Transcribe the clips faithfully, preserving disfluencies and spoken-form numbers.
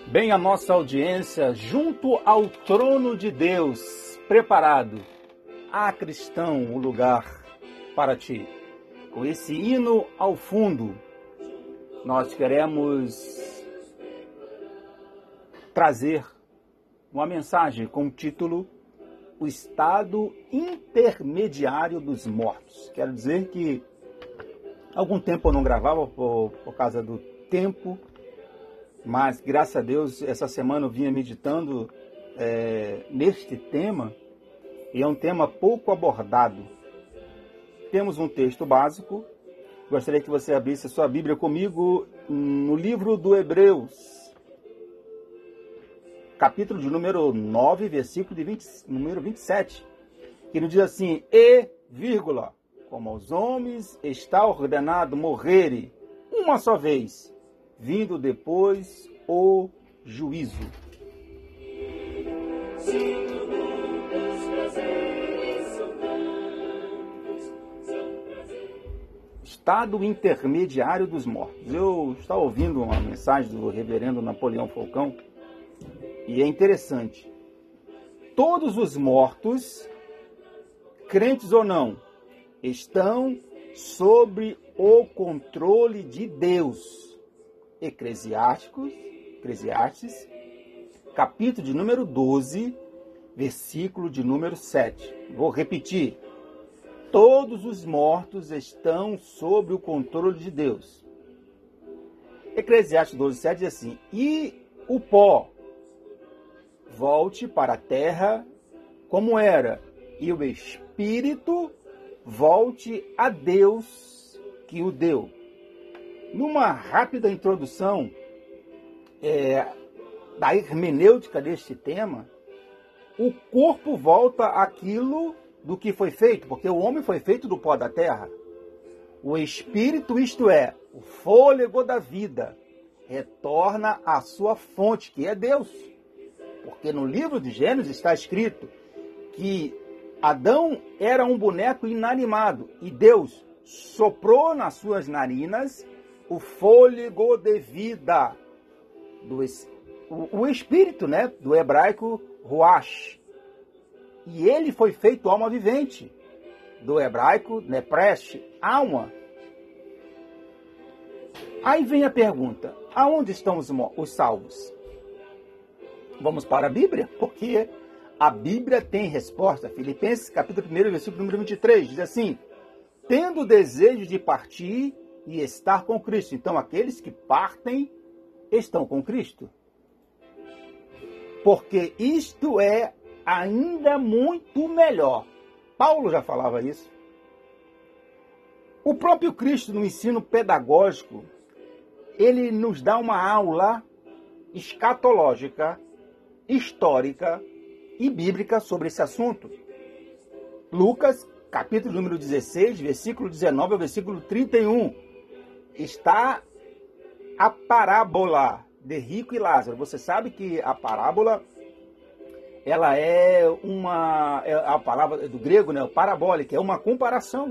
Bem, a nossa audiência, junto ao trono de Deus, preparado, há cristão um lugar para ti. Com esse hino ao fundo, nós queremos trazer uma mensagem com o título O Estado Intermediário dos Mortos. Quero dizer que algum tempo eu não gravava por, por causa do tempo, mas graças a Deus essa semana eu vinha meditando é, neste tema, e é um tema pouco abordado. Temos um texto básico, gostaria que você abrisse a sua Bíblia comigo no livro do Hebreus, capítulo de número nove, versículo de vinte, número vinte e sete, que nos diz assim: E, vírgula, como aos homens está ordenado morrerem uma só vez, vindo depois o juízo. Estado intermediário dos mortos. Eu estava ouvindo uma mensagem do reverendo Napoleão Falcão, e é interessante. Todos os mortos, crentes ou não, estão sob o controle de Deus. Eclesiásticos, Eclesiastes, capítulo de número doze, versículo de número sete. Vou repetir. Todos os mortos estão sob o controle de Deus. Eclesiastes doze, sete diz assim: E o pó volte para a terra como era, e o espírito volte a Deus que o deu. Numa rápida introdução é, da hermenêutica deste tema, o corpo volta àquilo do que foi feito, porque o homem foi feito do pó da terra. O espírito, isto é, o fôlego da vida, retorna à sua fonte, que é Deus. Porque no livro de Gênesis está escrito que Adão era um boneco inanimado e Deus soprou nas suas narinas o fôlego de vida, do, o, o espírito, né, do hebraico ruach. E ele foi feito alma vivente, do hebraico nepresh, alma. Aí vem a pergunta: aonde estão os, os salvos? Vamos para a Bíblia, porque a Bíblia tem resposta. Filipenses capítulo um, versículo número vinte e três, diz assim: tendo desejo de partir e estar com Cristo. Então, aqueles que partem estão com Cristo. Porque isto é ainda muito melhor. Paulo já falava isso. O próprio Cristo, no ensino pedagógico, ele nos dá uma aula escatológica, histórica e bíblica sobre esse assunto. Lucas, capítulo número dezesseis, versículo dezenove ao versículo trinta e um, está a parábola de Rico e Lázaro. Você sabe que a parábola, ela é uma, é a palavra do grego, né, parabólica, é uma comparação.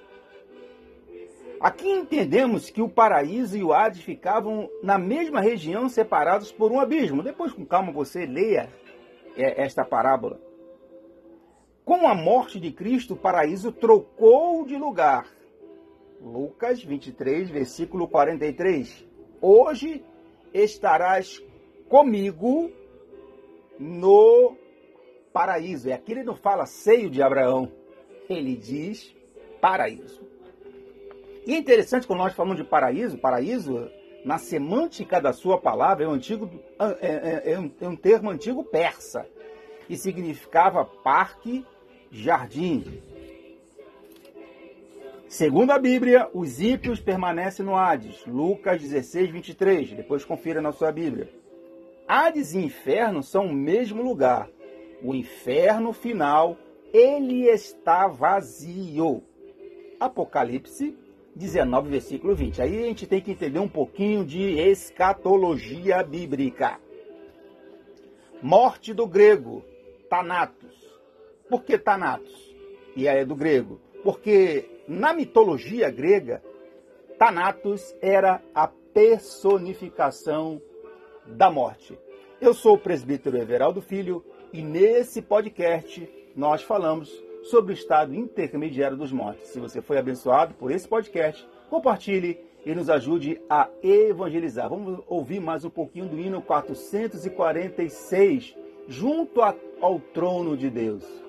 Aqui entendemos que o paraíso e o Hades ficavam na mesma região, separados por um abismo. Depois, com calma, você leia esta parábola. Com a morte de Cristo, o paraíso trocou de lugar. Lucas vinte e três, versículo quarenta e três. Hoje estarás comigo no paraíso. E aqui ele não fala seio de Abraão, ele diz paraíso. E é interessante quando nós falamos de paraíso, paraíso, na semântica da sua palavra, é um, antigo, é, é, é um, é um termo antigo persa, que significava parque, jardim. Segundo a Bíblia, os ímpios permanecem no Hades. Lucas dezesseis, vinte e três. Depois confira na sua Bíblia. Hades e inferno são o mesmo lugar. O inferno final, ele está vazio. Apocalipse dezenove, versículo vinte. Aí a gente tem que entender um pouquinho de escatologia bíblica. Morte do grego, Thanatos. Por que Thanatos? E é do grego. Porque na mitologia grega, Thanatos era a personificação da morte. Eu sou o presbítero Everaldo Filho e nesse podcast nós falamos sobre o estado intermediário dos mortos. Se você foi abençoado por esse podcast, compartilhe e nos ajude a evangelizar. Vamos ouvir mais um pouquinho do hino quatrocentos e quarenta e seis, junto a, ao trono de Deus.